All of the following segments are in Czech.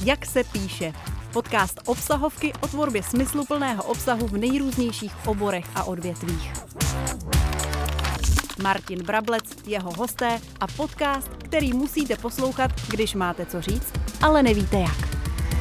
Jak se píše. Podcast obsahovky o tvorbě smysluplného obsahu v nejrůznějších oborech a odvětvích. Martin Brablec, jeho hosté a podcast, který musíte poslouchat, když máte co říct, ale nevíte jak.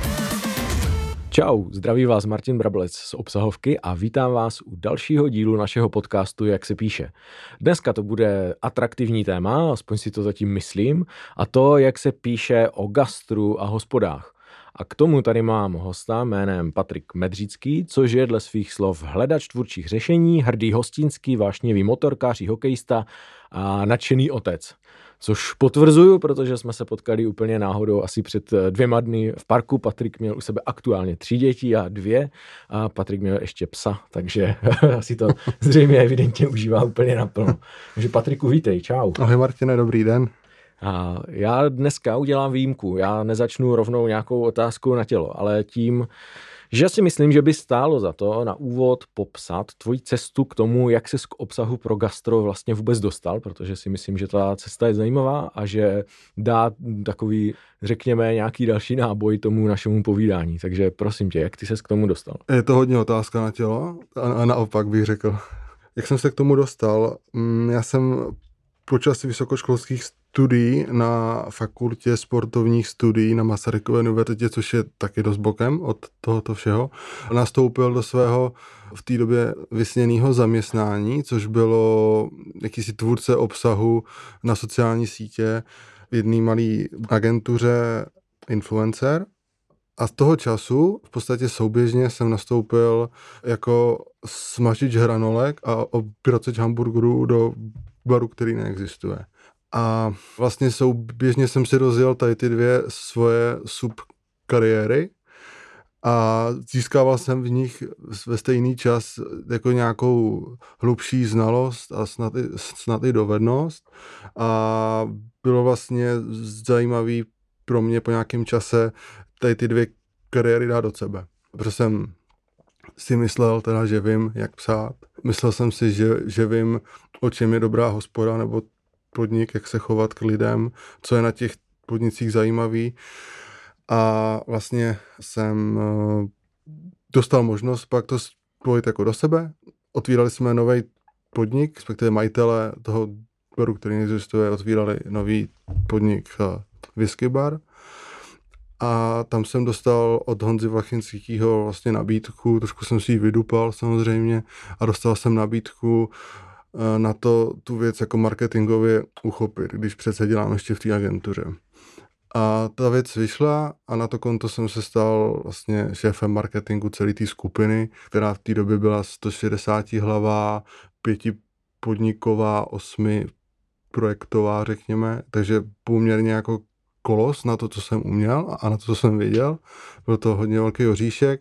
Čau, zdraví vás Martin Brablec z obsahovky a vítám vás u dalšího dílu našeho podcastu Jak se píše. Dneska to bude atraktivní téma, aspoň si to zatím myslím, a to, jak se píše o gastru a hospodách. A k tomu tady mám hosta jménem Patrik Medřický, což je dle svých slov hledač tvůrčích řešení, hrdý hostinský, vášnivý motorkář, hokejista a nadšený otec. Což potvrzuju, protože jsme se potkali úplně náhodou asi před 2 dny v parku. Patrik měl u sebe aktuálně 3 děti a 2 a Patrik měl ještě psa, takže asi to zřejmě evidentně užívá úplně naplno. Takže Patriku, vítej, čau. Ahoj Martine, dobrý den. A já dneska udělám výjimku. Já nezačnu rovnou nějakou otázkou na tělo, ale tím, že si myslím, že by stálo za to na úvod popsat tvoji cestu k tomu, jak ses k obsahu pro gastro vlastně vůbec dostal, protože si myslím, že ta cesta je zajímavá a že dá takový, řekněme, nějaký další náboj tomu našemu povídání. Takže prosím tě, jak ty ses k tomu dostal? Je to hodně otázka na tělo a naopak bych řekl. Jak jsem se k tomu dostal? Já jsem počas vysokoškolských studií na fakultě sportovních studií na Masarykově univerzitě, což je taky dost bokem od tohoto všeho, nastoupil do svého v té době vysněného zaměstnání, což bylo jakýsi tvůrce obsahu na sociální sítě v jedné malé agentuře Influencer. A z toho času v podstatě souběžně jsem nastoupil jako smažič hranolek a opěraceč hamburgerů do baru, který neexistuje. A vlastně souběžně jsem si rozjel tady ty 2 svoje subkariéry a získával jsem v nich ve stejný čas jako nějakou hlubší znalost a snad i dovednost. A bylo vlastně zajímavý pro mě po nějakém čase tady ty 2 kariéry dát do sebe. Protože jsem si myslel teda, že vím, jak psát. Myslel jsem si, že vím, o čem je dobrá hospoda nebo podnik, jak se chovat k lidem, co je na těch podnicích zajímavý. A vlastně jsem dostal možnost pak to spojit jako do sebe. Otvírali jsme nový podnik, respektive majitele toho baru, který neexistuje, otvírali nový podnik whisky bar. A tam jsem dostal od Honzy Vlachinského vlastně nabídku, trošku jsem si ji vydupal samozřejmě a dostal jsem nabídku na to tu věc jako marketingově uchopit, když přece dělám ještě v té agentuře. A ta věc vyšla a na to konto jsem se stal vlastně šéfem marketingu celé té skupiny, která v té době byla 160 hlavá, 5 podniková, 8 projektová, řekněme, takže poměrně jako kolos na to, co jsem uměl a na to, co jsem věděl. Byl to hodně velký oříšek,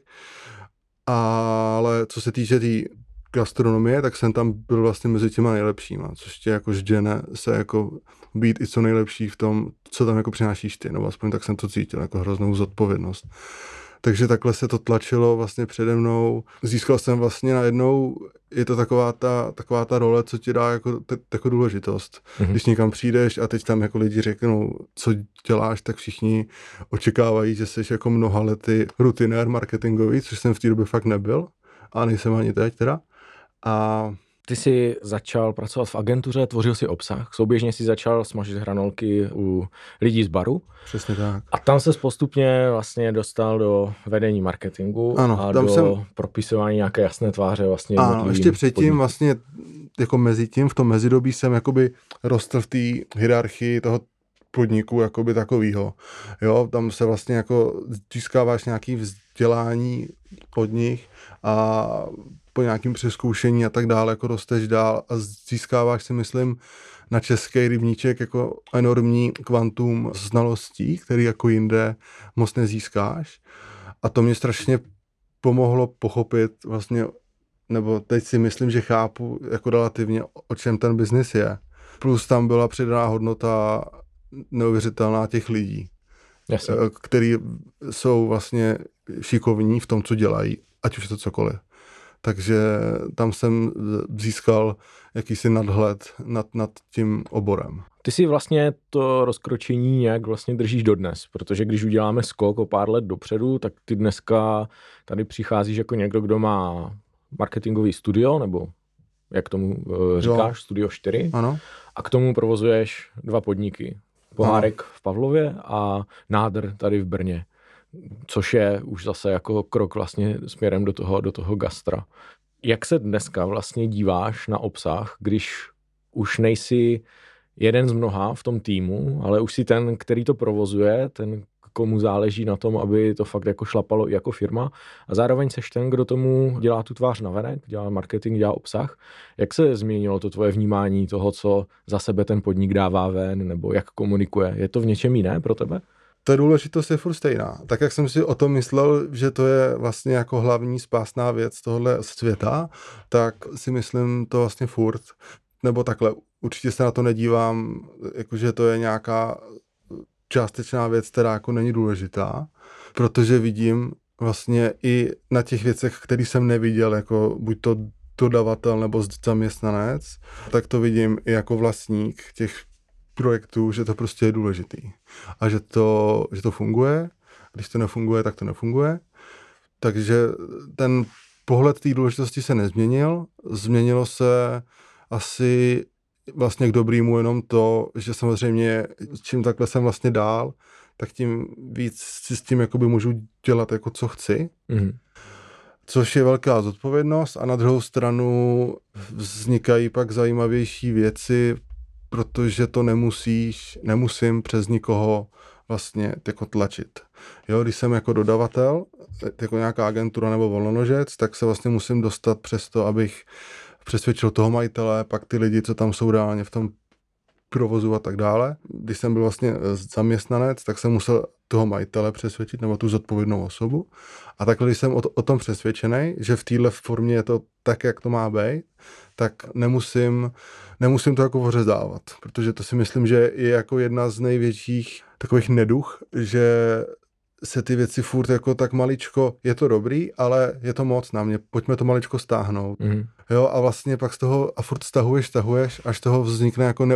ale co se týče té gastronomie, tak jsem tam byl vlastně mezi těma nejlepšíma, což tě jako žděne se jako být i co nejlepší v tom, co tam jako přinášíš ty, nebo aspoň tak jsem to cítil, jako hroznou zodpovědnost. Takže takhle se to tlačilo vlastně přede mnou. Získal jsem vlastně najednou, je to taková ta role, co ti dá jako důležitost. Mm-hmm. Když někam přijdeš a teď tam jako lidi řeknou, co děláš, tak všichni očekávají, že jsi jako mnoha lety rutinér marketingový, což jsem v té době fakt nebyl a nejsem ani teď teda. A ty jsi začal pracovat v agentuře, tvořil si obsah, souběžně si začal smažit hranolky u lidí z baru. Přesně tak. A tam ses postupně vlastně dostal do vedení marketingu a do propisování nějaké jasné tváře vlastně. Ano, ještě předtím vlastně jako mezi tím, v tom mezidobí jsem jakoby rostl v té hierarchii toho podniku jakoby takovýho. Jo, tam se vlastně jako získáváš nějaký vzdělání od nich a po nějakým přezkoušení a tak dále, jako rosteš dál a získáváš si, myslím, na český rybníček jako enormní kvantum znalostí, který jako jinde moc nezískáš. A to mě strašně pomohlo pochopit vlastně, nebo teď si myslím, že chápu jako relativně, o čem ten biznis je. Plus tam byla přidaná hodnota neuvěřitelná těch lidí, který jsou vlastně šikovní v tom, co dělají, ať už je to cokoliv. Takže tam jsem získal jakýsi nadhled nad tím oborem. Ty si vlastně to rozkročení nějak vlastně držíš dodnes, protože když uděláme skok o pár let dopředu, tak ty dneska tady přicházíš jako někdo, kdo má marketingový studio, nebo jak tomu říkáš, Studio 4. Ano. A k tomu provozuješ 2 podniky. Pohárek v Pavlově a Nádr tady v Brně, což je už zase jako krok vlastně směrem do toho gastra. Jak se dneska vlastně díváš na obsah, když už nejsi jeden z mnoha v tom týmu, ale už si ten, který to provozuje, ten, komu záleží na tom, aby to fakt jako šlapalo i jako firma, a zároveň seš ten, kdo tomu dělá tu tvář navenek, dělá marketing, dělá obsah. Jak se změnilo to tvoje vnímání toho, co za sebe ten podnik dává ven, nebo jak komunikuje? Je to v něčem jiné pro tebe? Ta důležitost je furt stejná. Tak jak jsem si o tom myslel, že to je vlastně jako hlavní spásná věc tohohle světa, tak si myslím to vlastně furt. Nebo takhle, určitě se na to nedívám, jakože to je nějaká částečná věc, která jako není důležitá, protože vidím vlastně i na těch věcech, které jsem neviděl, jako buď to dodavatel nebo zaměstnanec, tak to vidím i jako vlastník těch projektů, že to prostě je důležitý. A že to funguje. Když to nefunguje, tak to nefunguje. Takže ten pohled té důležitosti se nezměnil. Změnilo se asi vlastně k dobrýmu jenom to, že samozřejmě čím takhle jsem vlastně dál, tak tím víc si s tím jakoby můžu dělat jako co chci. Což je velká zodpovědnost a na druhou stranu vznikají pak zajímavější věci, protože to nemusím přes nikoho vlastně jako tlačit. Jo, když jsem jako dodavatel, jako nějaká agentura nebo volnonožec, tak se vlastně musím dostat přes to, abych přesvědčil toho majitele, pak ty lidi, co tam jsou reálně v tom provozu a tak dále. Když jsem byl vlastně zaměstnanec, tak jsem musel toho majitele přesvědčit, nebo tu zodpovědnou osobu. A takhle, když jsem o tom přesvědčený, že v téhle formě je to tak, jak to má být, tak nemusím to jako ořezávat, protože to si myslím, že je jako jedna z největších takových neduch, že se ty věci furt jako tak maličko, je to dobrý, ale je to moc na mě, pojďme to maličko stáhnout. Jo, a vlastně pak z toho a furt stahuješ, až z toho vznikne jako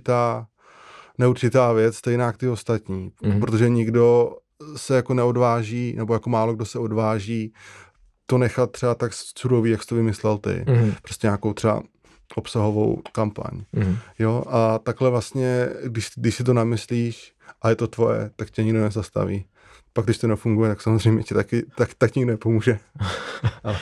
neurčitá věc, stejná jak ty ostatní, protože nikdo se jako neodváží, nebo jako málo kdo se odváží to nechat třeba tak surový, jak jsi to vymyslel ty. Prostě nějakou třeba obsahovou kampaň. Jo, a takhle vlastně, když si to namyslíš a je to tvoje, tak tě nikdo nezastaví. Pak když to nefunguje, tak samozřejmě ti tak nikdo nepomůže. Ale.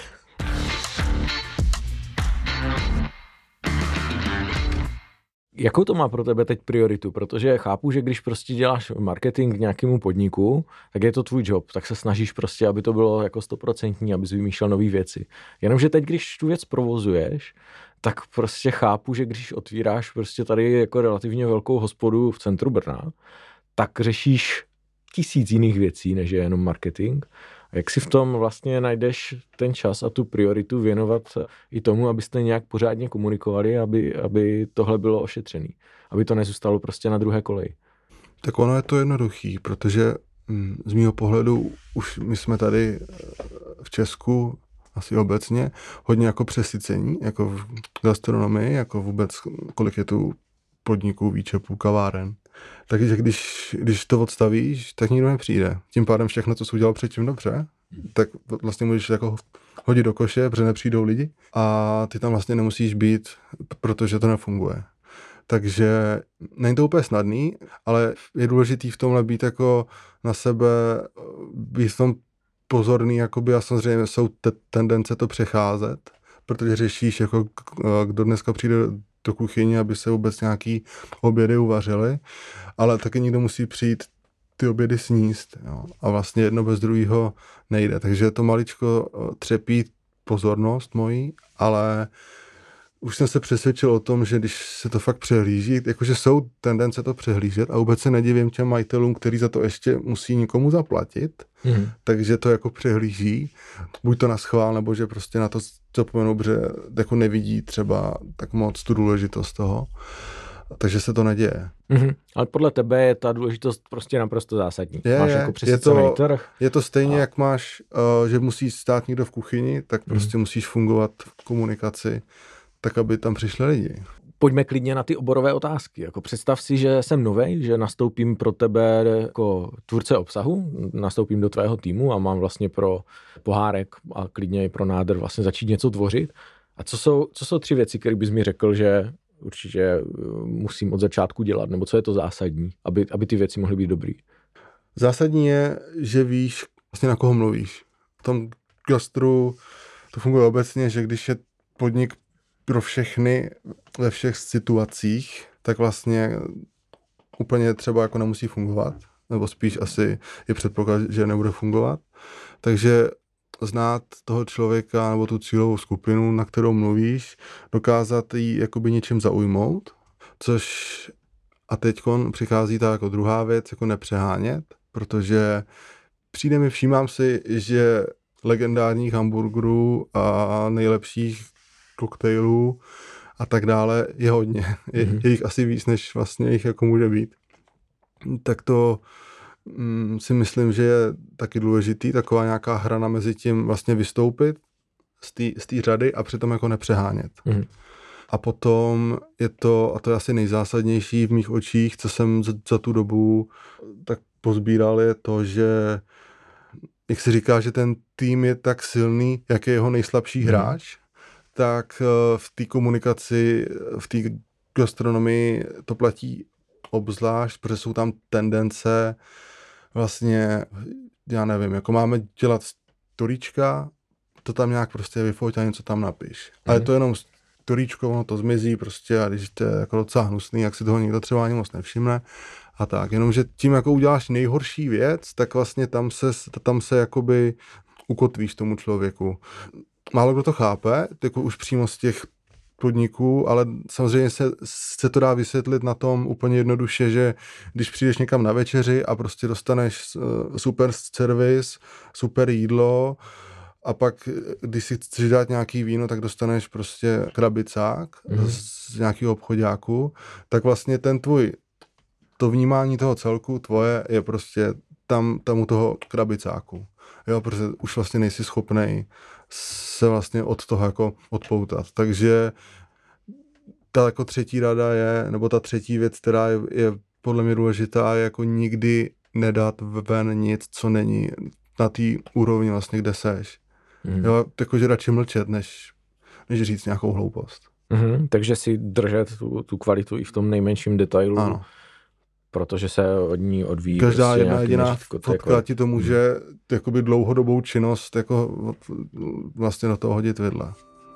Jakou to má pro tebe teď prioritu? Protože chápu, že když prostě děláš marketing k nějakému podniku, tak je to tvůj job, tak se snažíš prostě, aby to bylo jako 100%, abys vymýšlel nové věci. Jenomže teď, když tu věc provozuješ, tak prostě chápu, že když otvíráš prostě tady jako relativně velkou hospodu v centru Brna, tak řešíš 1000 jiných věcí, než je jenom marketing. A jak si v tom vlastně najdeš ten čas a tu prioritu věnovat i tomu, abyste nějak pořádně komunikovali, aby tohle bylo ošetřený. Aby to nezůstalo prostě na druhé koleji. Tak ono je to jednoduchý, protože z mýho pohledu už my jsme tady v Česku asi obecně hodně jako přesycení, jako v gastronomii, jako vůbec kolik je tu podniků, výčepů, kaváren. Takže když to odstavíš, tak nikdo nepřijde. Tím pádem všechno, co jsi udělal předtím dobře, tak vlastně můžeš jako hodit do koše, protože nepřijdou lidi a ty tam vlastně nemusíš být, protože to nefunguje. Takže není to úplně snadný, ale je důležitý v tomhle být jako na sebe, být v tom pozorný, jakoby, a samozřejmě jsou tendence to přecházet, protože řešíš, jako kdo dneska přijde do kuchyně, aby se vůbec nějaký obědy uvařily, ale taky někdo musí přijít ty obědy sníst. Jo. A vlastně jedno bez druhého nejde. Takže to maličko třepí pozornost mojí, ale už jsem se přesvědčil o tom, že když se to fakt přehlíží, jakože jsou tendence to přehlížet a vůbec se nedivím těm majitelům, kteří za to ještě musí někomu zaplatit, takže to jako přehlíží, buď to na schvál, nebo že prostě na to zapomenou, protože jako nevidí třeba tak moc tu důležitost toho. takže se to neděje. Ale podle tebe je ta důležitost prostě naprosto zásadní. Máš jako přesycený trh. Je to stejně, jak máš, že musí stát někdo v kuchyni, tak prostě musíš fungovat v komunikaci, tak aby tam přišli lidi. Pojďme klidně na ty oborové otázky. Jako představ si, že jsem novej, že nastoupím pro tebe jako tvůrce obsahu, nastoupím do tvého týmu a mám vlastně pro pohárek a klidně i pro nádr vlastně začít něco tvořit. A co jsou 3 věci, které bys mi řekl, že určitě musím od začátku dělat, nebo co je to zásadní, aby ty věci mohly být dobrý? Zásadní je, že víš vlastně na koho mluvíš. V tom gastru to funguje obecně, že když je podnik pro všechny ve všech situacích, tak vlastně úplně třeba jako nemusí fungovat, nebo spíš asi je předpoklad, že nebude fungovat. Takže znát toho člověka nebo tu cílovou skupinu, na kterou mluvíš, dokázat jí jakoby něčím zaujmout, což a teďkon přichází ta jako druhá věc, jako nepřehánět, protože všímám si, že legendárních hamburgerů a nejlepších koktejlů a tak dále je hodně. Je jich asi víc, než vlastně jich jako může být. Tak to si myslím, že je taky důležitý, taková nějaká hrana mezi tím vlastně vystoupit z té řady a přitom jako nepřehánět. A potom je to, a to je asi nejzásadnější v mých očích, co jsem za tu dobu tak pozbíral, je to, že jak se říká, že ten tým je tak silný, jak je jeho nejslabší hráč, tak v té komunikaci, v té gastronomii to platí obzvlášť, protože jsou tam tendence vlastně, já nevím, jako máme dělat storíčka, to tam nějak prostě vyfoť a něco tam napiš. Ale to jenom storíčko, ono to zmizí prostě a když to je jako docela hnusný, jak si toho někdo třeba ani moc nevšimne a tak. Jenomže tím jako uděláš nejhorší věc, tak vlastně tam se jakoby ukotvíš tomu člověku. Málo kdo to chápe, jako už přímo z těch podniků, ale samozřejmě se to dá vysvětlit na tom úplně jednoduše, že když přijdeš někam na večeři a prostě dostaneš super servis, super jídlo a pak, když si chceš dát nějaký víno, tak dostaneš prostě krabicák z nějakého obchoďáku, tak vlastně to vnímání toho celku tvoje je prostě tam u toho krabicáku. Jo, protože už vlastně nejsi schopnej se vlastně od toho jako odpoutat. Takže ta jako třetí rada je, nebo ta třetí věc, která je podle mě důležitá, je jako nikdy nedat ven nic, co není na té úrovni vlastně, kde seš. Jo, jakože radši mlčet, než říct nějakou hloupost. Takže si držet tu kvalitu i v tom nejmenším detailu. Ano. Protože se od ní odvíjí. Každá prostě jedna jediná fotka ti to může jakoby dlouhodobou činnost jako vlastně do toho hodit vidle.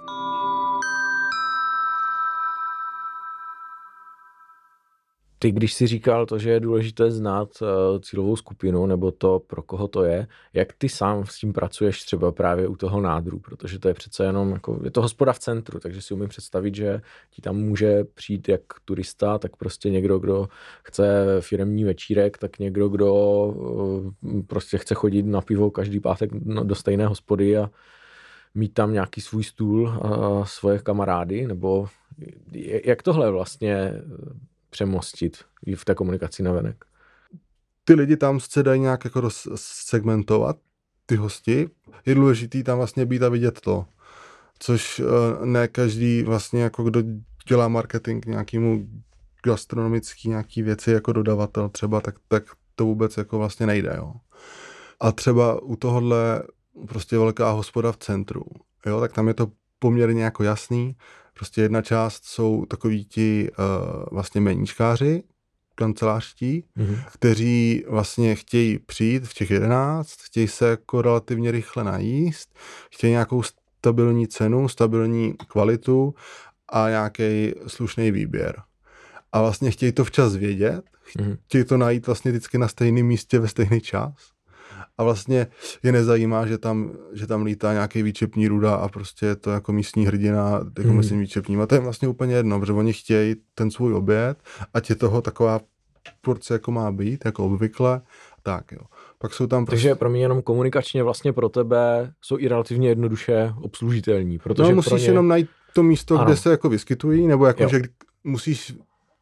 Ty, když jsi říkal to, že je důležité znát cílovou skupinu, nebo to, pro koho to je, jak ty sám s tím pracuješ třeba právě u toho nádru, protože to je přece jenom, jako, je to hospoda v centru, takže si umím představit, že ti tam může přijít jak turista, tak prostě někdo, kdo chce firemní večírek, tak někdo, kdo prostě chce chodit na pivo každý pátek do stejné hospody a mít tam nějaký svůj stůl a svoje kamarády, nebo jak tohle vlastně přemostit i v té komunikaci navenek? Ty lidi tam se dají nějak jako segmentovat, ty hosti. Je důležitý tam vlastně být a vidět to. Což ne každý vlastně jako kdo dělá marketing nějakému gastronomický nějaký věci jako dodavatel třeba, tak to vůbec jako vlastně nejde. Jo. A třeba u tohohle prostě velká hospoda v centru, jo, tak tam je to poměrně jako jasný. Prostě jedna část jsou takoví ti vlastně meníčkáři, kancelářští, kteří vlastně chtějí přijít v těch 11, chtějí se jako relativně rychle najíst, chtějí nějakou stabilní cenu, stabilní kvalitu a nějaký slušný výběr. A vlastně chtějí to včas vědět, chtějí to najít vlastně vždycky na stejném místě ve stejný čas. A vlastně je nezajímá, že tam lítá nějaký výčepní ruda a prostě je to jako místní hrdina, jako myslím výčepním. A to je vlastně úplně jedno, protože oni chtějí ten svůj oběd, ať je toho taková porce, jako má být, jako obvykle, tak jo. Pak jsou tam Takže pro mě jenom komunikačně vlastně pro tebe jsou i relativně jednoduše obslužitelní. Protože musíš jenom najít to místo, ano, kde se jako vyskytují, nebo jako, že musíš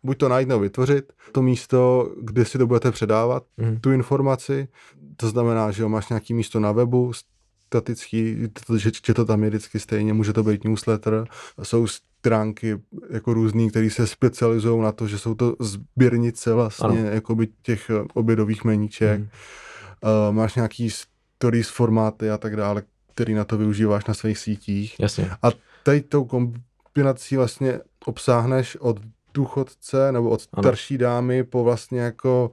buď to najít nebo vytvořit, to místo, kde si to budete předávat, tu informaci, to znamená, že máš nějaký místo na webu, statický, že to tam je vždycky stejně, může to být newsletter, jsou stránky jako různý, které se specializují na to, že jsou to sběrnice vlastně jakoby těch obědových meníček, máš nějaký stories formáty a tak dále, který na to využíváš na svých sítích. Jasně. A tady tou kombinací vlastně obsáhneš od důchodce nebo od starší dámy po vlastně jako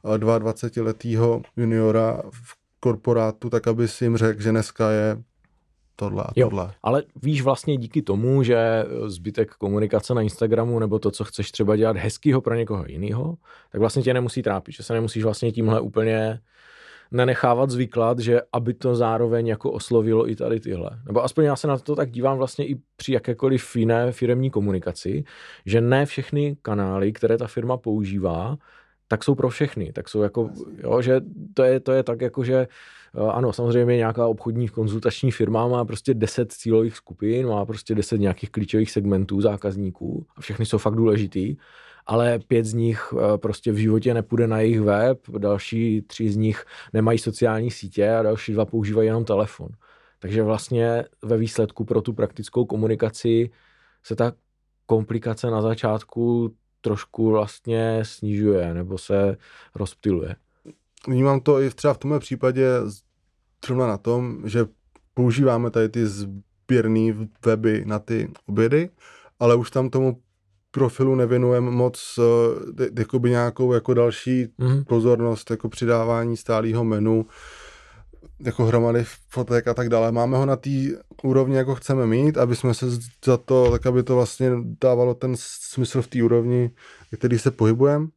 22letýho juniora v korporátu, tak aby si jim řekl, že dneska je tohle a tohle. Jo, ale víš vlastně díky tomu, že zbytek komunikace na Instagramu nebo to, co chceš třeba dělat hezkýho pro někoho jiného, tak vlastně tě nemusí trápit, že se nemusíš vlastně tímhle úplně nenechávat zvyklat, že aby to zároveň jako oslovilo i tady tyhle. Nebo aspoň já se na to tak dívám vlastně i při jakékoliv jiné firemní komunikaci, že ne všechny kanály, které ta firma používá, tak jsou pro všechny. Tak jsou jako, jo, že to je tak jako, že ano, samozřejmě nějaká obchodní konzultační firma má prostě 10 cílových skupin, má prostě 10 nějakých klíčových segmentů zákazníků a všechny jsou fakt důležitý, ale 5 z nich prostě v životě nepůjde na jejich web, další 3 z nich nemají sociální sítě a další 2 používají jenom telefon. Takže vlastně ve výsledku pro tu praktickou komunikaci se ta komplikace na začátku trošku vlastně snižuje nebo se rozptyluje. Vnímám to i třeba v tomhle případě třeba na tom, že používáme tady ty sběrné weby na ty obědy, ale už tam tomu profilu nevěnujeme moc jakoby nějakou jako další pozornost, jako přidávání stálého menu, jako hromady fotek a tak dále. Máme ho na té úrovni, jako chceme mít, aby jsme se za to, tak aby to vlastně dávalo ten smysl v té úrovni, který se pohybujeme,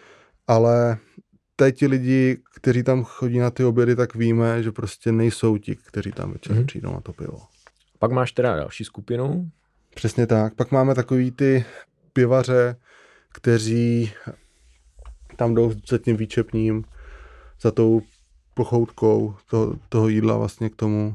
ale teď ti lidi, kteří tam chodí na ty obědy, tak víme, že prostě nejsou ti, kteří tam večer přijdou na to pivo. Pak máš teda další skupinu. Přesně tak. Pak máme takový ty pivaře, kteří tam jdou za tím výčepním, za tou pochoutkou toho jídla vlastně k tomu.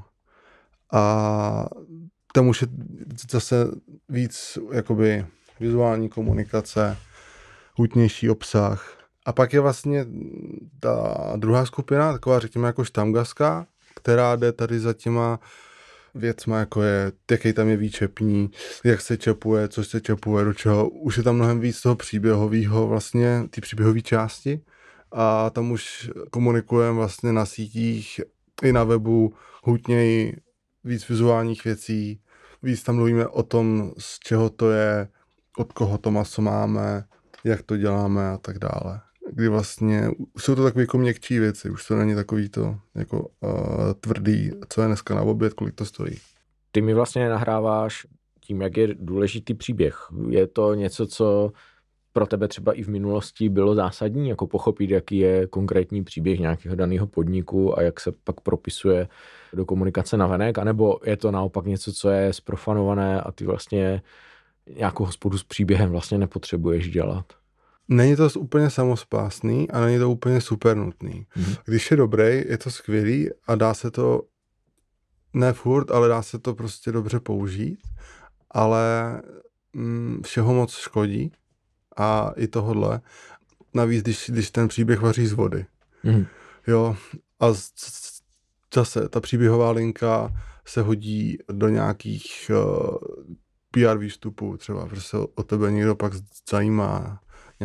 A tam už je zase víc jakoby vizuální komunikace, hutnější obsah. A pak je vlastně ta druhá skupina, taková řekněme jako štamgastka, která jde tady za těma věcma, jako je, jaký tam je výčepní, jak se čepuje, co se čepuje, do čeho. Už je tam mnohem víc toho příběhového, vlastně ty příběhové části. A tam už komunikujeme vlastně na sítích i na webu hutněji, víc vizuálních věcí, víc tam mluvíme o tom, z čeho to je, od koho to maso máme, jak to děláme a tak dále. Kdy vlastně jsou to takové jako měkčí věci, už to není takový to jako tvrdý, co je dneska na oběd, kolik to stojí. Ty mi vlastně nahráváš tím, jak je důležitý příběh. Je to něco, co pro tebe třeba i v minulosti bylo zásadní, jako pochopit, jaký je konkrétní příběh nějakého daného podniku a jak se pak propisuje do komunikace navenek, anebo je to naopak něco, co je zprofanované a ty vlastně nějakou hospodu s příběhem vlastně nepotřebuješ dělat? Není to úplně samospásný a není to úplně super nutný. Když je dobrý, je to skvělý a dá se to, ne furt, ale dá se to prostě dobře použít, ale všeho moc škodí a i tohodle. Navíc, když ten příběh vaří z vody. Jo, a zase ta příběhová linka se hodí do nějakých PR výstupů, třeba protože o tebe někdo pak zajímá,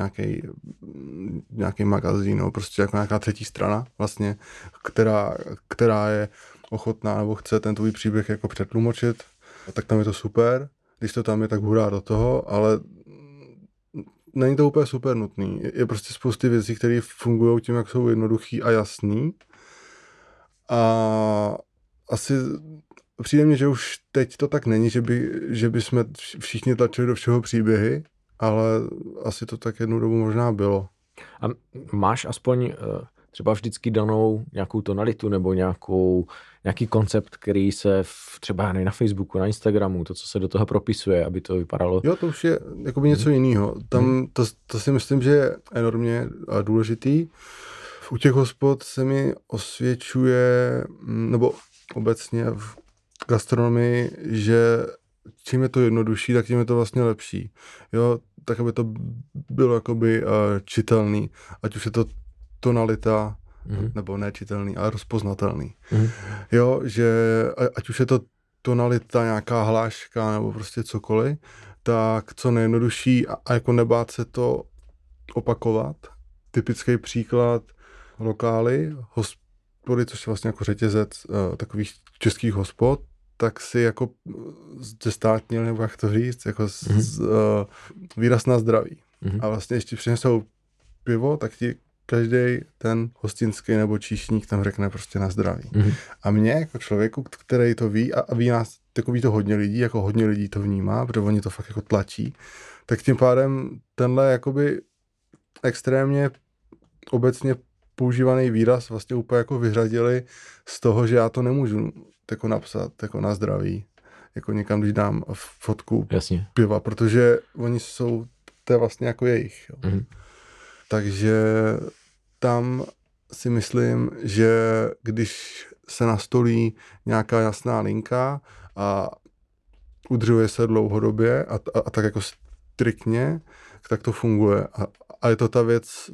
nějaký magazín, no, prostě jako nějaká třetí strana vlastně, která je ochotná nebo chce ten tvůj příběh jako přetlumočit, tak tam je to super. Když to tam je, tak hurá do toho, ale není to úplně super nutný. Je prostě spousty věcí, které fungují tím, jak jsou jednoduchý a jasný. A asi přijde mně, že už teď to tak není, že by jsme všichni tlačili do všeho příběhy, ale asi to tak jednu dobu možná bylo. A máš aspoň třeba vždycky danou nějakou tonalitu nebo nějaký koncept, který se třeba na Facebooku, na Instagramu, to, co se do toho propisuje, aby to vypadalo? Jo, to už je jakoby něco jiného. Tam to si myslím, že je enormně důležitý. U těch hospod se mi osvědčuje, nebo obecně v gastronomii, že čím je to jednodušší, tak tím je to vlastně lepší. Jo, tak aby to bylo jakoby čitelný, ať už je to tonalita, nebo nečitelný, ale rozpoznatelný. Jo, že ať už je to tonalita, nějaká hláška nebo prostě cokoliv, tak co nejjednodušší a jako nebát se to opakovat. Typický příklad lokály, hospody, což je vlastně jako řetězec takových českých hospod, tak si jako zestátnil, nebo jak to říct, jako výraz na zdraví. A vlastně ještě přinesou pivo, tak ti každý ten hostinský nebo číšník tam řekne prostě na zdraví. A mě jako člověku, který to ví a ví nás, takový to hodně lidí, jako hodně lidí to vnímá, protože oni to fakt jako tlačí, tak tím pádem tenhle jakoby extrémně obecně používaný výraz vlastně úplně jako vyřadili z toho, že já to nemůžu jako napsat jako na zdraví, jako někam, když dám fotku piva, protože oni jsou, to je vlastně jako jejich. Jo. Takže tam si myslím, že když se nastolí nějaká jasná linka a udržuje se dlouhodobě a tak jako striktně, tak to funguje. A je to ta věc,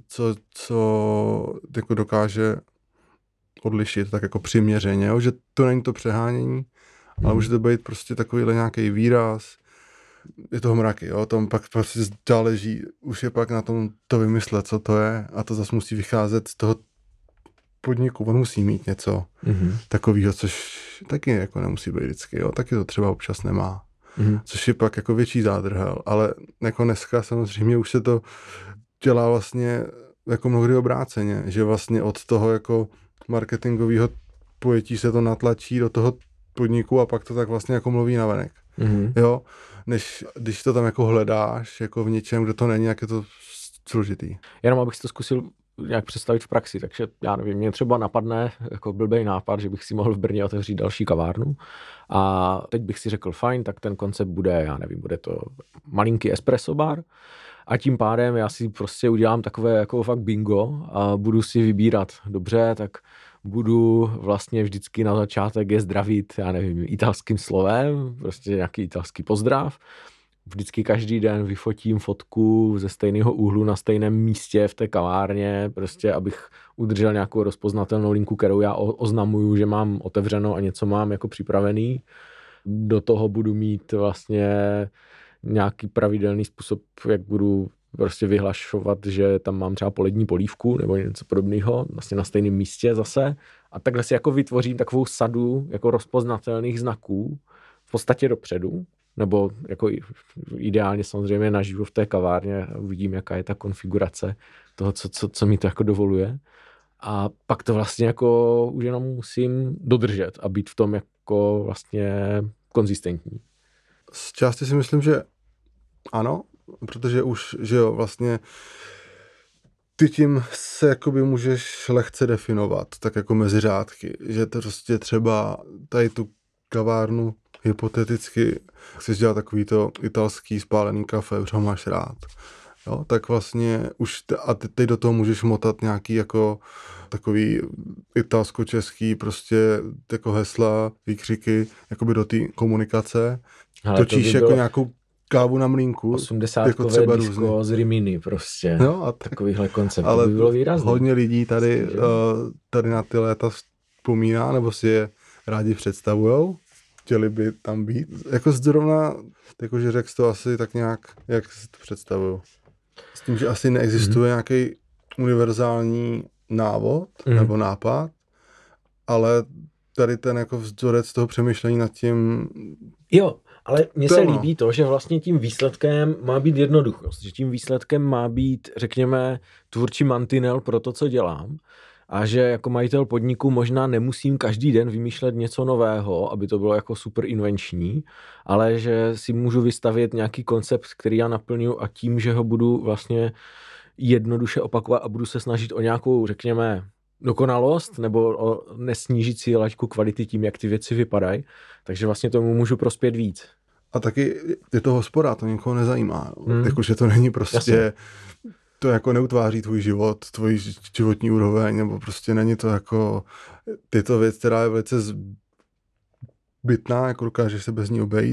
co jako dokáže odlišit tak jako přiměřeně, jo? Že to není to přehánění, ale může to být prostě takovýhle nějaký výraz, je toho mraky, jo? Tam pak prostě záleží, už je pak na tom to vymyslet, co to je, a to zase musí vycházet z toho podniku, on musí mít něco takového, což taky jako nemusí být vždycky, jo? Taky to třeba občas nemá. Což je pak jako větší zádrhel, ale jako dneska samozřejmě už se to dělá vlastně jako mnohdy obráceně, že vlastně od toho jako marketingového pojetí se to natlačí do toho podniku a pak to tak vlastně jako mluví navenek. Jo, než když to tam jako hledáš jako v něčem, kde to není, jak je to složitý. Jenom abych si to zkusil nějak představit v praxi, takže já nevím, mě třeba napadne jako blbej nápad, že bych si mohl v Brně otevřít další kavárnu a teď bych si řekl fajn, tak ten koncept bude, já nevím, bude to malinký espresso bar a tím pádem já si prostě udělám takové jako fakt bingo a budu si vybírat dobře, tak budu vlastně vždycky na začátek je zdravit, já nevím, italským slovem, prostě nějaký italský pozdrav. Vždycky každý den vyfotím fotku ze stejného úhlu na stejném místě v té kavárně, prostě abych udržel nějakou rozpoznatelnou linku, kterou já oznamuju, že mám otevřeno a něco mám jako připravený. Do toho budu mít vlastně nějaký pravidelný způsob, jak budu prostě vyhlašovat, že tam mám třeba polední polívku nebo něco podobného, vlastně na stejném místě zase. A takhle si jako vytvořím takovou sadu jako rozpoznatelných znaků v podstatě dopředu. Nebo jako ideálně samozřejmě naživo v té kavárně uvidím, jaká je ta konfigurace toho, co mi to jako dovoluje. A pak to vlastně jako už jenom musím dodržet a být v tom jako vlastně konzistentní. Z části si myslím, že ano, protože už, že jo, vlastně ty tím se jakoby můžeš lehce definovat, tak jako mezi řádky, že to prostě třeba tady tu kavárnu hypoteticky chceš dělat takovýto italský spálený kafe, už ho máš rád. Jo, tak vlastně už a teď do toho můžeš motat nějaký jako takový italsko-český prostě jako hesla, výkřiky, jakoby do té komunikace. Ale točíš jako nějakou kávu na mlínku. 80 jako třeba disco z Rimini prostě. No a takovýhle koncept, ale to by bylo výrazný. Hodně lidí tady na ty léta vzpomíná, nebo si je rádi představujou. Chtěli by tam být. Jako zrovna, jakože řekl to asi tak nějak, jak si to představuju. S tím, že asi neexistuje nějaký univerzální návod nebo nápad, ale tady ten jako vzorec toho přemýšlení nad tím. Jo, ale mně se líbí to, že vlastně tím výsledkem má být jednoduchost, že tím výsledkem má být, řekněme, tvůrčí mantinel pro to, co dělám. A že jako majitel podniku možná nemusím každý den vymýšlet něco nového, aby to bylo jako super invenční, ale že si můžu vystavět nějaký koncept, který já naplňuji a tím, že ho budu vlastně jednoduše opakovat a budu se snažit o nějakou, řekněme, dokonalost nebo o nesnížit si laťku kvality tím, jak ty věci vypadají, takže vlastně tomu můžu prospět víc. A taky je to hospoda, to nikoho nezajímá. Jakože to není prostě... Jasně. To jako neutváří tvůj život, tvoji životní úroveň, nebo prostě není to jako tyto věc, která je velice zbytná, jako dokážeš se bez ní obejít,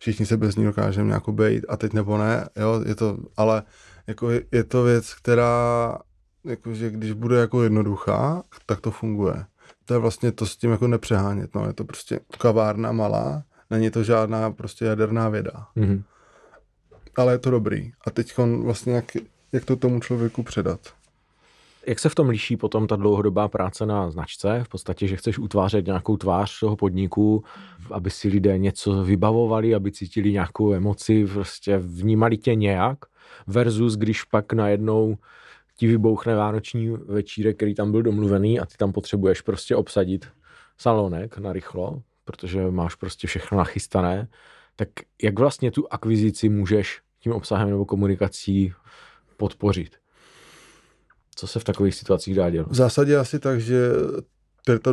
všichni se bez ní dokážeme nějak bejt a teď nebo ne, jo, ale jako je to věc, která, jakože když bude jako jednoduchá, tak to funguje. To je vlastně to s tím jako nepřehánět, no, je to prostě kavárna malá, není to žádná prostě jaderná věda. Mm-hmm. Ale je to dobrý. A teď vlastně jak to tomu člověku předat. Jak se v tom liší potom ta dlouhodobá práce na značce? V podstatě, že chceš utvářet nějakou tvář toho podniku, aby si lidé něco vybavovali, aby cítili nějakou emoci, prostě vnímali tě nějak, versus když pak najednou ti vybouchne vánoční večírek, který tam byl domluvený a ty tam potřebuješ prostě obsadit salonek narychlo, protože máš prostě všechno nachystané, tak jak vlastně tu akvizici můžeš tím obsahem nebo komunikací podpořit? Co se v takových situacích dá dělat? V zásadě asi tak, že to je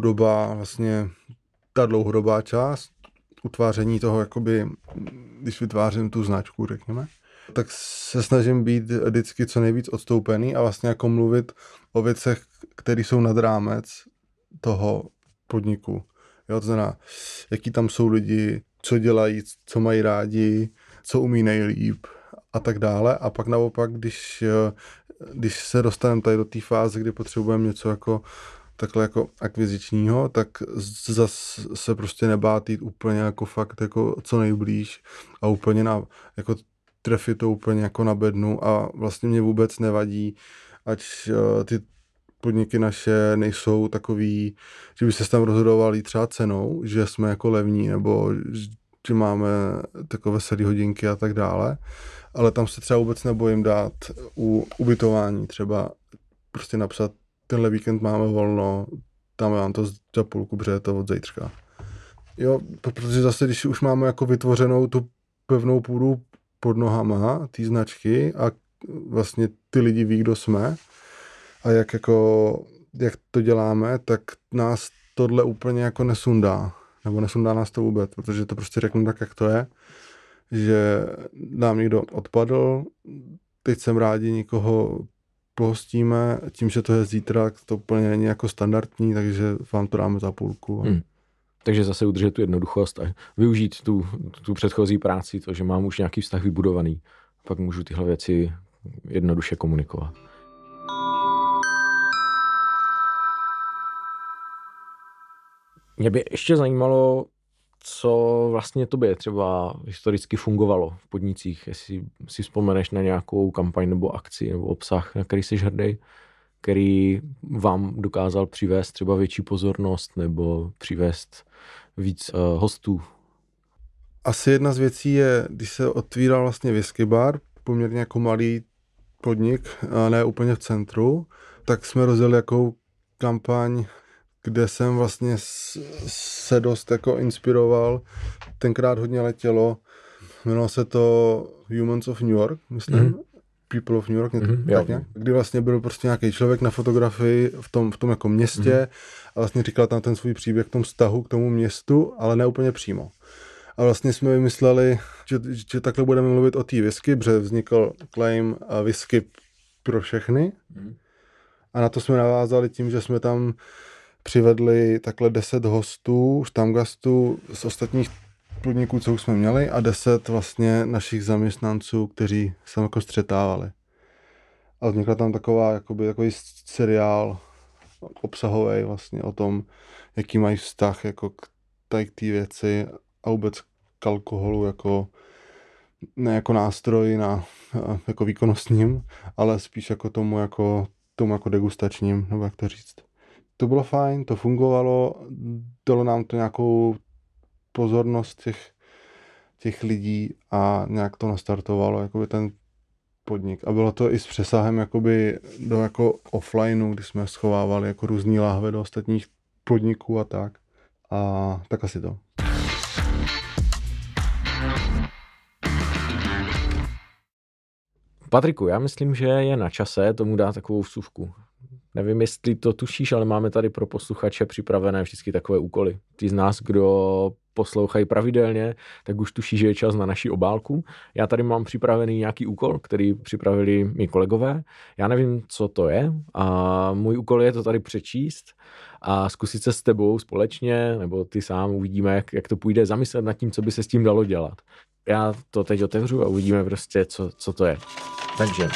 ta dlouhodobá část utváření toho, jakoby, když vytvářím tu značku, řekněme, tak se snažím být vždycky co nejvíc odstoupený a vlastně jako mluvit o věcech, které jsou nad rámec toho podniku. Jo, to znamená, jaký tam jsou lidi, co dělají, co mají rádi, co umí nejlíp a tak dále. A pak naopak, když se dostaneme tady do té fáze, kdy potřebujeme něco jako takhle jako akvizičního, tak zase se prostě nebát jít úplně jako fakt jako co nejblíž a úplně jako trefit to úplně jako na bednu a vlastně mě vůbec nevadí, ať ty podniky naše nejsou takový, že by se tam rozhodovali třeba cenou, že jsme jako levní nebo že máme takové veselý hodinky a tak dále, ale tam se třeba vůbec nebojím dát u ubytování třeba prostě napsat tenhle víkend máme volno, tam mám to za půlku, protože je to od zítřka. Jo, protože zase, když už máme jako vytvořenou tu pevnou půdu pod nohama, ty značky a vlastně ty lidi ví, kdo jsme a jak to děláme, tak nás tohle úplně jako nesundá. Nebo nesundá nás to vůbec, protože to prostě řeknu tak, jak to je, že nám někdo odpadl, teď jsem rádi někoho pohostíme, tím, že to je zítra, to úplně není jako standardní, takže vám to dáme za půlku. Takže zase udržet tu jednoduchost a využít tu předchozí práci, to, že mám už nějaký vztah vybudovaný. Pak můžu tyhle věci jednoduše komunikovat. Mě by ještě zajímalo, co vlastně tobě třeba historicky fungovalo v podnicích, jestli si vzpomeneš na nějakou kampaň nebo akci nebo obsah, na který jsi hrdý, který vám dokázal přivést třeba větší pozornost nebo přivést víc hostů. Asi jedna z věcí je, když se otvíral vlastně whisky bar, poměrně jako malý podnik, ne úplně v centru, tak jsme rozjeli jakou kampaň, kde jsem vlastně se dost jako inspiroval. Tenkrát hodně letělo. Jmenovalo se to Humans of New York, myslím. People of New York, tak nějak. Kdy vlastně byl prostě nějaký člověk na fotografii v tom jako městě a vlastně říkal tam ten svůj příběh k tomu vztahu k tomu městu, ale ne úplně přímo. A vlastně jsme vymysleli, že takhle budeme mluvit o té whisky, protože vznikl claim whisky pro všechny. A na to jsme navázali tím, že jsme tam přivedli takhle 10 hostů, štamgastů z ostatních podniků, co už jsme měli, a 10 vlastně našich zaměstnanců, kteří se tam jako střetávali. A vznikla tam takový seriál obsahový vlastně o tom, jaký mají vztah jako k té věci a vůbec k alkoholu ne jako nástroj jako výkonnostním, ale spíš jako tomu jako degustačním, nebo jak to říct. To bylo fajn, to fungovalo, dalo nám to nějakou pozornost těch lidí a nějak to nastartovalo jakoby ten podnik. A bylo to i s přesahem jakoby do jako offlineu, kdy jsme schovávali jako různý láhve do ostatních podniků a tak. A tak asi to. Patriku, já myslím, že je na čase tomu dát takovou vsuvku. Nevím, jestli to tušíš, ale máme tady pro posluchače připravené vždycky takové úkoly. Ty z nás, kdo poslouchají pravidelně, tak už tuší, že je čas na naši obálku. Já tady mám připravený nějaký úkol, který připravili mý kolegové. Já nevím, co to je a můj úkol je to tady přečíst a zkusit se s tebou společně, nebo ty sám, uvidíme, jak to půjde, zamyslet nad tím, co by se s tím dalo dělat. Já to teď otevřu a uvidíme prostě, co to je. Takže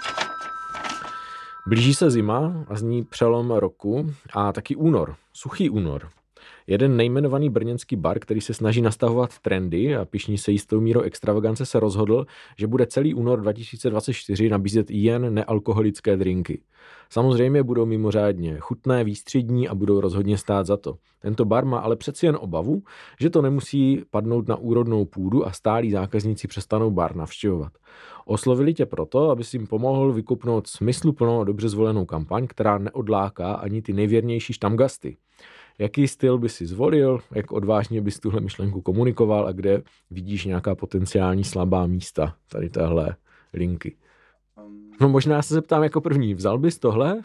blíží se zima a z ní přelom roku a taky únor, suchý únor. Jeden nejmenovaný brněnský bar, který se snaží nastavovat trendy a pyšní se jistou mírou extravagance, se rozhodl, že bude celý únor 2024 nabízet jen nealkoholické drinky. Samozřejmě budou mimořádně chutné, výstřední a budou rozhodně stát za to. Tento bar má ale přeci jen obavu, že to nemusí padnout na úrodnou půdu a stálí zákazníci přestanou bar navštěvovat. Oslovili tě proto, abys jim pomohl vykupnout smysluplnou a dobře zvolenou kampaň, která neodláká ani ty nejvěrnější štamgasty. Jaký styl by si zvolil, jak odvážně bys tuhle myšlenku komunikoval a kde vidíš nějaká potenciální slabá místa tady téhle linky? No možná se zeptám jako první, vzal bys tohle?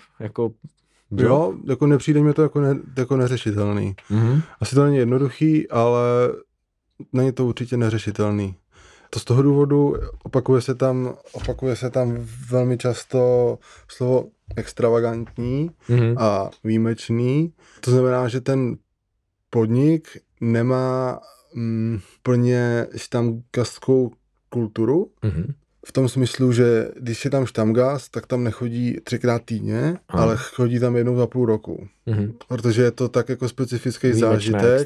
Jo, jako nepřijde mi to jako neřešitelný. Mm-hmm. Asi to není jednoduchý, ale není to určitě neřešitelný. To z toho důvodu opakuje se tam velmi často slovo extravagantní a výjimečný. To znamená, že ten podnik nemá plně štamgastskou kulturu. Mm-hmm. V tom smyslu, že když je tam štamgast, tak tam nechodí 3x týdně, ale chodí tam jednou za půl roku. Mm-hmm. Protože je to tak jako specifický zážitek,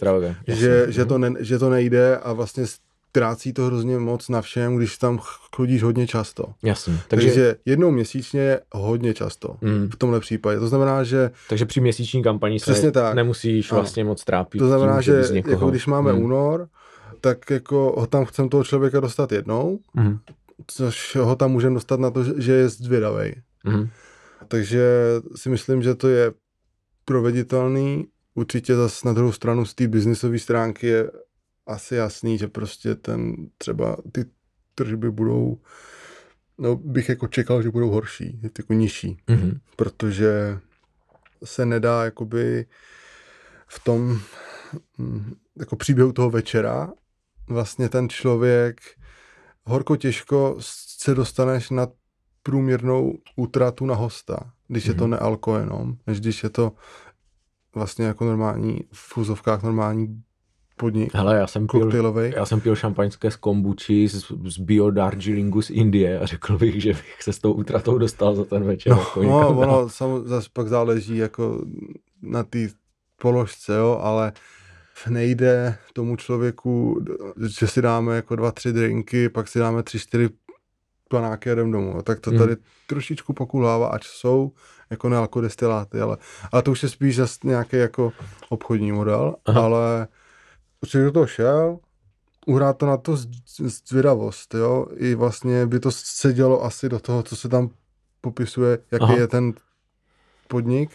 že to nejde a vlastně trácí to hrozně moc na všem, když tam chodíš hodně často. Jasně. Takže jednou měsíčně je hodně často v tomhle případě. To znamená, že... Takže při měsíční kampani se nemusíš vlastně moc trápit. To znamená, že jako když máme únor, tak jako ho tam chcem toho člověka dostat jednou, což ho tam můžeme dostat na to, že je zvědavej. Takže si myslím, že to je proveditelný. Určitě zase na druhou stranu z té biznisové stránky je asi jasný, že prostě třeba ty tržby budou, bych jako čekal, že budou horší, jako nižší, protože se nedá jakoby v tom jako příběhu toho večera vlastně ten člověk horko těžko se dostaneš na průměrnou útratu na hosta, když je to nealko jenom, než když je to vlastně jako normální, v úzovkách normální podnik. Hele, já jsem pil šampaňské z kombuči z Bio Darjeelingu z Indie a řekl bych, že bych se s tou útratou dostal za ten večer. Ono zase pak záleží jako na té položce, jo, ale nejde tomu člověku, že si dáme jako 2-3 drinky, pak si dáme 3-4 panáky a jdem domů. Tak to tady trošičku pokulhává, ať jsou jako nealkodestiláty, ale to už je spíš zase nějaký jako obchodní model, ale určitě do toho šel, uhrát to na to zvědavost, jo, i vlastně by to sedělo asi do toho, co se tam popisuje, jaký je ten podnik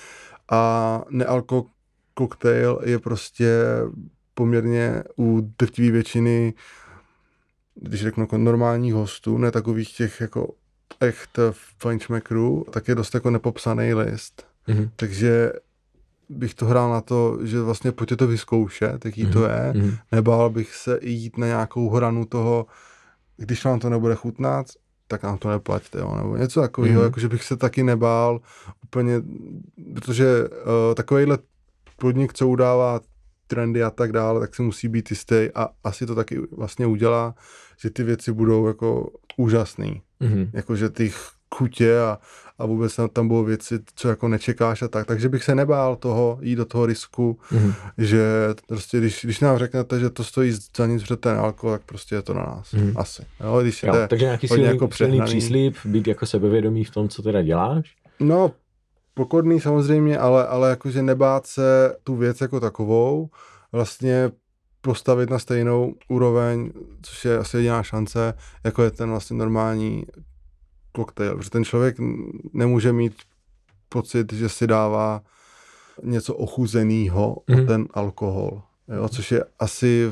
a nealko koktejl je prostě poměrně u drtivé většiny, když řeknu jako normálních hostů, ne takových těch jako echt fajnšmekrů, tak je dost jako nepopsaný list. Takže bych to hrál na to, že vlastně pojďte to vyzkoušet, jaký to je. Nebál bych se jít na nějakou hranu toho, když vám to nebude chutnat, tak nám to neplaťte, jo, nebo něco takového, jakože bych se taky nebál úplně, protože takovejhle podnik, co udává trendy a tak dále, tak se musí být jistý a asi to taky vlastně udělá, že ty věci budou jako úžasný. Jakože ty chutě a vůbec tam budou věci, co jako nečekáš a tak. Takže bych se nebál jít do toho risku, že prostě když nám řeknete, že to stojí za nic před ten alkohol, tak prostě je to na nás. Asi. Jo, když takže nějaký silný příslib, být jako sebevědomý v tom, co teda děláš? No, pokorný samozřejmě, ale jakože nebát se tu věc jako takovou, vlastně postavit na stejnou úroveň, což je asi jediná šance, jako je ten vlastně normální koktejl, protože ten člověk nemůže mít pocit, že si dává něco ochuzenýho o ten alkohol, jo, což je asi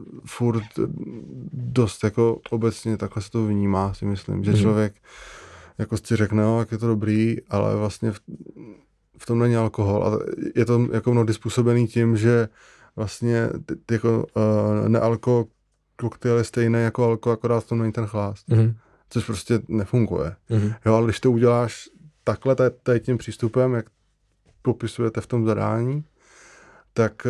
furt dost jako obecně takhle se to vnímá, si myslím, že člověk jako si řekne, no, jak je to dobrý, ale vlastně v tom není alkohol. A je to jako mnohdy způsobený tím, že vlastně jako nealko koktejl je stejný jako alko, akorát v tom není ten chlást. Což prostě nefunguje. Jo, ale když to uděláš takhle, tady tím přístupem, jak popisujete v tom zadání, tak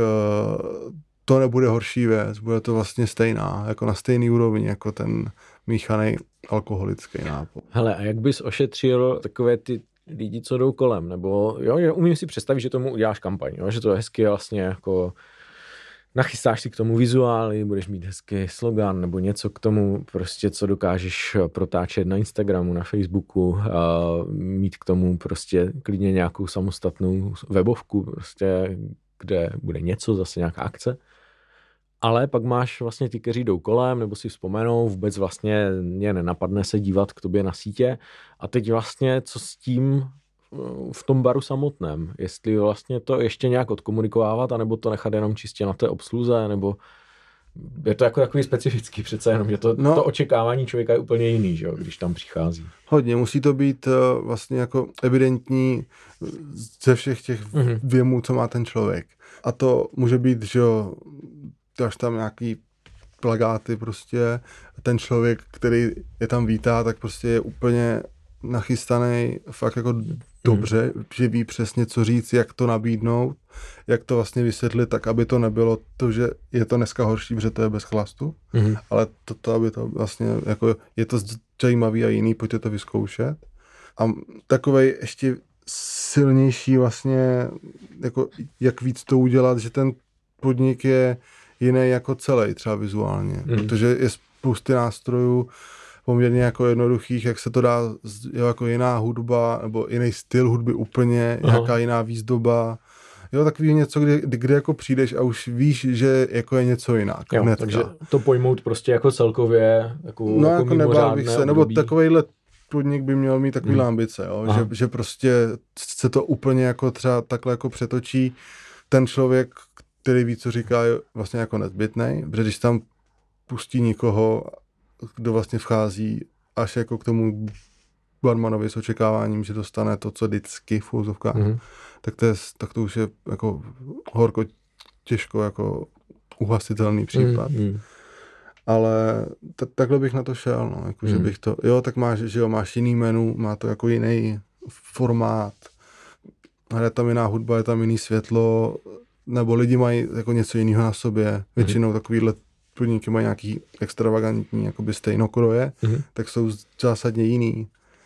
to nebude horší věc, bude to vlastně stejná, jako na stejný úrovni, jako ten míchaný alkoholický nápoj. Hele, a jak bys ošetřil takové ty lidi, co jdou kolem? Nebo jo, umím si představit, že tomu uděláš kampaň, jo? Že to je hezky vlastně jako nachystáš si k tomu vizuály, budeš mít hezký slogan nebo něco k tomu, prostě co dokážeš protáčet na Instagramu, na Facebooku, mít k tomu prostě klidně nějakou samostatnou webovku, prostě, kde bude něco, zase nějaká akce. Ale pak máš vlastně ty, kteří jdou kolem, nebo si vzpomenou, vůbec vlastně mě nenapadne se dívat k tobě na sítě. A teď vlastně, co s tím v tom baru samotném? Jestli vlastně to ještě nějak odkomunikovávat, anebo to nechat jenom čistě na té obsluze, nebo je to jako takový specifický přece jenom, že to očekávání člověka je úplně jiný, že jo, když tam přichází. Hodně, musí to být vlastně jako evidentní ze všech těch věmů, co má ten člověk. A to může být, že jo, dáš tam nějaký plakáty prostě, ten člověk, který je tam vítá, tak prostě je úplně nachystaný fakt jako dobře, že ví přesně, co říct, jak to nabídnout, jak to vlastně vysvětlit, tak aby to nebylo to, že je to dneska horší, protože to je bez chlastu, ale to, aby to vlastně, jako je to zajímavý a jiný, pojďte to vyzkoušet. A takovej ještě silnější vlastně, jako jak víc to udělat, že ten podnik je jiný jako celý, třeba vizuálně, protože je spousty nástrojů poměrně jako jednoduchých, jak se to dá, jako jiná hudba, nebo jiný styl hudby úplně, nějaká jiná výzdoba. Jo, takový něco, kde jako přijdeš a už víš, že jako je něco jinak. Jo, takže to pojmout prostě jako celkově, jako nebál bych se, nebo takovejhle podnik by měl mít takový ambice, jo, že prostě se to úplně jako třeba takhle jako přetočí. Ten člověk, který ví, co říká, je vlastně jako nezbytnej, protože když tam pustí nikoho, kdo vlastně vchází až jako k tomu barmanovi s očekáváním, že dostane to, co vždycky v úzovkách, tak to už je jako horko těžko jako uhasitelný případ. Ale takhle bych na to šel, no, jako, že bych to, jo, tak máš, že jo, máš jiný menu, má to jako jiný formát, je tam jiná hudba, je tam jiný světlo, nebo lidi mají jako něco jiného na sobě, většinou takovýhle podniky mají nějaký extravagantní jakoby stejnokroje, tak jsou zásadně jiný.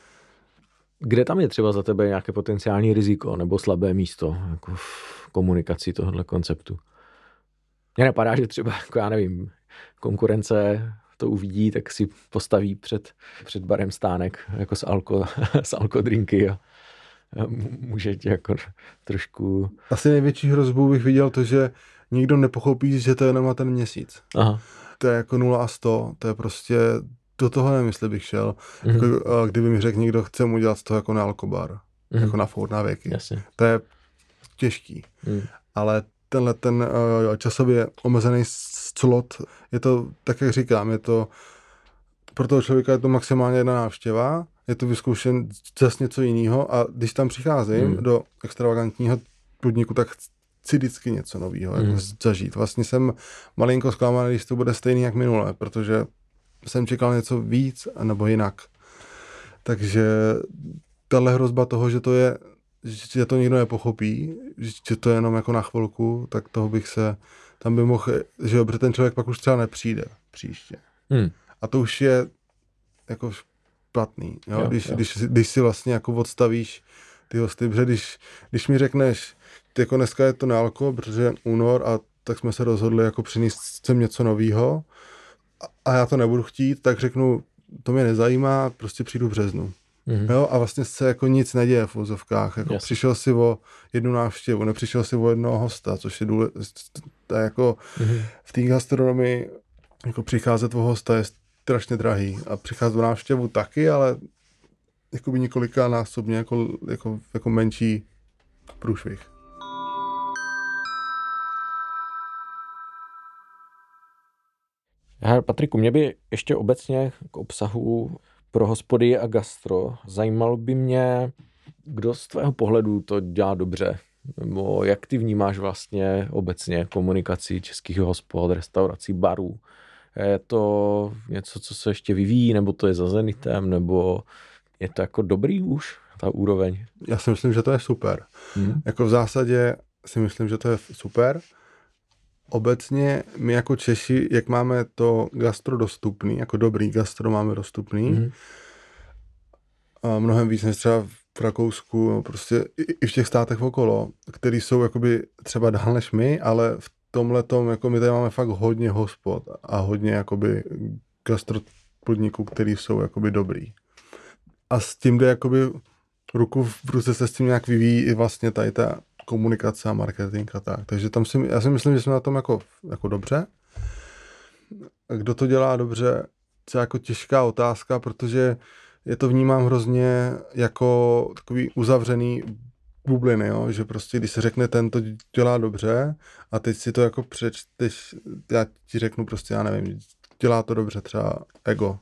Kde tam je třeba za tebe nějaké potenciální riziko nebo slabé místo jako v komunikaci tohohle konceptu? Mně napadá, že třeba, jako já nevím, konkurence to uvidí, tak si postaví před barem stánek jako s alkodrinky a může tě jako trošku... Asi největší hrozbu bych viděl to, že nikdo nepochopí, že to je jenom na ten měsíc. Aha. To je jako 0 a 100, to je prostě, do toho nemysli bych šel. Jako, kdyby mi řekl někdo, chce mu dělat z toho jako na alkobar, jako na fout na věky. Jasně. To je těžký. Ale tenhle ten časově omezený slot, je to, tak jak říkám, je to, pro toho člověka je to maximálně jedna návštěva, je to vyzkoušen zase něco jiného a když tam přicházím do extravagantního podniku, tak chci vždycky něco nového, jako zažít. Vlastně jsem malinko zklamaný, když to bude stejný jak minule, protože jsem čekal něco víc, nebo jinak. Takže tahle hrozba toho, že to nikdo nepochopí, že to je jenom jako na chvilku, tak toho bych se, tam by mohl, že jo, protože ten člověk pak už třeba nepřijde příště. A to už je jako špatný, jo? Když si vlastně jako odstavíš ty hosty, protože když mi řekneš, jako dneska je to nealko, protože únor a tak jsme se rozhodli jako přinést sem něco novýho a já to nebudu chtít, tak řeknu, to mě nezajímá, prostě přijdu v březnu. Jo, a vlastně se jako nic neděje v vozovkách. Jako přišel si o jednu návštěvu, nepřišel si o jednoho hosta, což je důležité. Jako v té gastronomii jako přicházet o hosta je strašně drahý a přicházet o návštěvu taky, ale jakoby několikanásobně jako menší průšvih. Patriku, mě by ještě obecně k obsahu pro hospody a gastro. Zajímalo by mě, kdo z tvého pohledu to dělá dobře, nebo jak ty vnímáš vlastně obecně komunikaci českých hospod, restaurací, barů. Je to něco, co se ještě vyvíjí, nebo to je za zenitem, nebo je to jako dobrý už, ta úroveň? Já si myslím, že to je super. Jako v zásadě si myslím, že to je super. Obecně my jako Češi, jak máme to gastro dostupný, jako dobrý gastro máme dostupný, a mnohem víc než třeba v Rakousku, no prostě i v těch státech okolo, který jsou jakoby třeba dál než my, ale v tomhletom, jako my tady máme fakt hodně hospod a hodně jakoby gastropodniků, který jsou jakoby dobrý. A s tím jde jakoby ruku v ruce se s tím nějak vyvíjí i vlastně tady ta komunikace a marketing a tak. Takže tam já si myslím, že jsme na tom jako dobře. A kdo to dělá dobře, to je jako těžká otázka, protože je to vnímám hrozně jako takový uzavřený bubliny, jo? Že prostě když se řekne ten to dělá dobře a teď si to jako přečteš, já ti řeknu prostě, já nevím, dělá to dobře třeba Ego.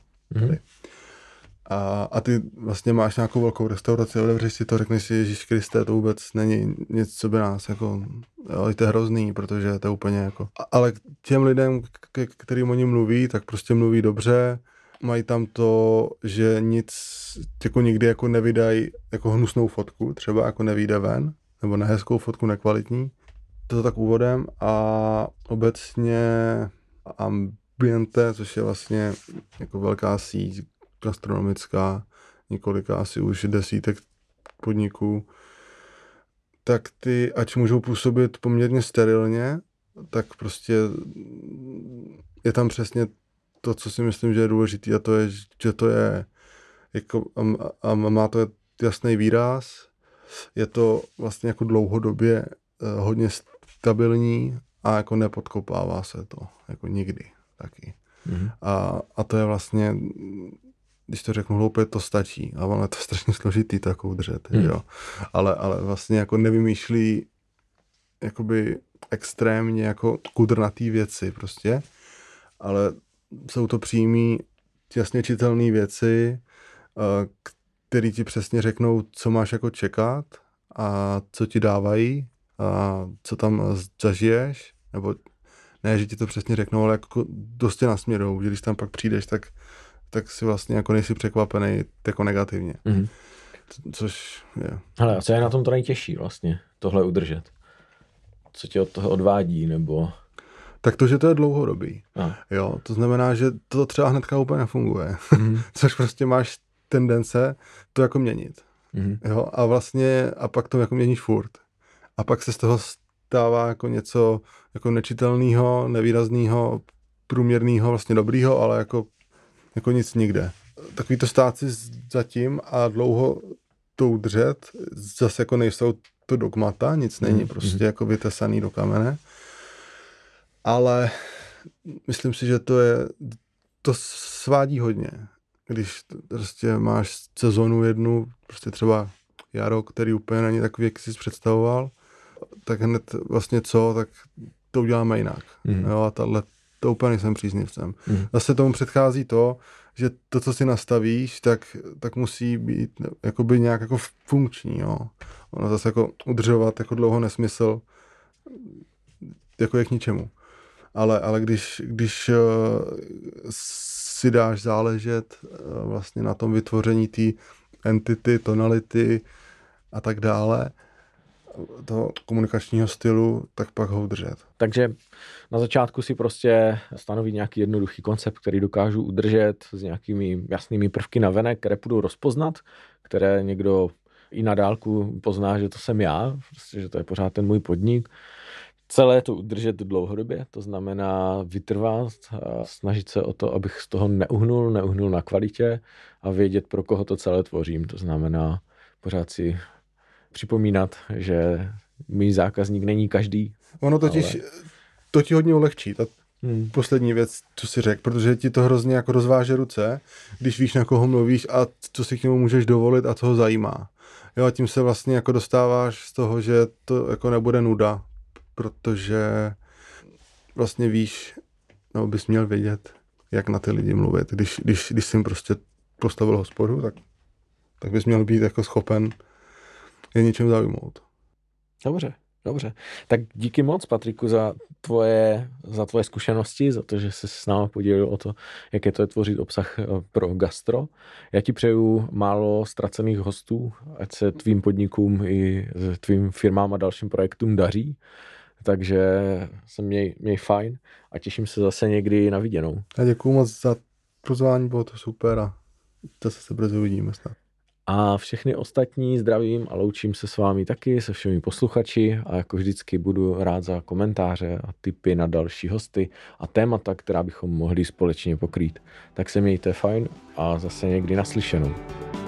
A ty vlastně máš nějakou velkou restauraci, otevřeš si to, řekneš si, Ježíš Kriste, to vůbec není nic, co by nás jako, jo, to je hrozný, protože to je úplně jako, ale k těm lidem, kterým oni mluví, tak prostě mluví dobře, mají tam to, že nic jako nikdy jako nevydají jako hnusnou fotku, třeba jako nevyjde ven, nebo nehezkou fotku, nekvalitní. To tak úvodem a obecně Ambiente, což je vlastně jako velká síť gastronomická, několika asi už desítek podniků, tak ty, ač můžou působit poměrně sterilně, tak prostě je tam přesně to, co si myslím, že je důležité, a to je, že to je jako, a má to jasný výraz, je to vlastně jako dlouhodobě hodně stabilní a jako nepodkopává se to, jako nikdy taky. A to je vlastně, když to řeknu hloupě, to stačí. A ono je to strašně složitý tak udržet, jo. Ale vlastně jako nevymýšlí jakoby extrémně jako kudrnatý věci prostě, ale jsou to přímý, jasně čitelné věci, které ti přesně řeknou, co máš jako čekat a co ti dávají a co tam zažiješ, nebo ne, že ti to přesně řeknou, ale jako dost tě nasměrujou, že když tam pak přijdeš, tak si vlastně jako nejsi překvapený jako negativně. Což je. Hele, a co je na tom to nejtěžší vlastně, tohle udržet? Co tě od toho odvádí, nebo... Tak to, že to je dlouhodobý. Jo, to znamená, že to třeba hnedka úplně nefunguje. Což prostě máš tendence to jako měnit. Jo, a vlastně, a pak to jako měníš furt. A pak se z toho stává jako něco jako nečitelného, nevýrazného, průměrného, vlastně dobrýho, ale jako nic nikde. Takový to stát si zatím a dlouho to udržet, zase jako nejsou to dogmata, nic není prostě jako vytesaný do kamene. Ale myslím si, že to svádí hodně. Když prostě máš sezonu jednu, prostě třeba jaro, který úplně není takový, jak jsi představoval, tak hned vlastně tak to uděláme jinak. Jo, a to úplně nejsem příznivcem. Zase tomu předchází to, že to, co si nastavíš, tak musí být jakoby nějak jako funkční. Jo. Ono zase jako udržovat jako dlouho nesmysl, jako je k ničemu. Ale když si dáš záležet vlastně na tom vytvoření té entity, tonality a tak dále, toho komunikačního stylu, tak pak ho udržet. Takže na začátku si prostě stanoví nějaký jednoduchý koncept, který dokážu udržet s nějakými jasnými prvky navenek, které půjdu rozpoznat, které někdo i na dálku pozná, že to jsem já, prostě, že to je pořád ten můj podnik. Celé to udržet dlouhodobě, to znamená vytrvat a snažit se o to, abych z toho neuhnul na kvalitě a vědět, pro koho to celé tvořím. To znamená pořád si připomínat, že můj zákazník není každý. Ono totiž, to ti hodně ulehčí, ta poslední věc, co si řekl, protože ti to hrozně jako rozváže ruce, když víš, na koho mluvíš a co si k němu můžeš dovolit a co ho zajímá. Jo, a tím se vlastně jako dostáváš z toho, že to jako nebude nuda, protože vlastně víš, nebo bys měl vědět, jak na ty lidi mluvit, když jsi jim prostě postavil hospodu, tak bys měl být jako schopen je něčem zaujmout. Dobře. Tak díky moc, Patriku, za tvoje zkušenosti, za to, že jsi s námi podělil o to, jak je to tvořit obsah pro gastro. Já ti přeju málo ztracených hostů, ať se tvým podnikům i tvým firmám a dalším projektům daří. Takže se měj fajn a těším se zase někdy na viděnou. A děkuju moc za pozvání, bylo to super a zase se brzy uvidíme snad. A všechny ostatní zdravím a loučím se s vámi taky, se všemi posluchači a jako vždycky budu rád za komentáře a tipy na další hosty a témata, která bychom mohli společně pokrýt. Tak se mějte fajn a zase někdy naslyšenou.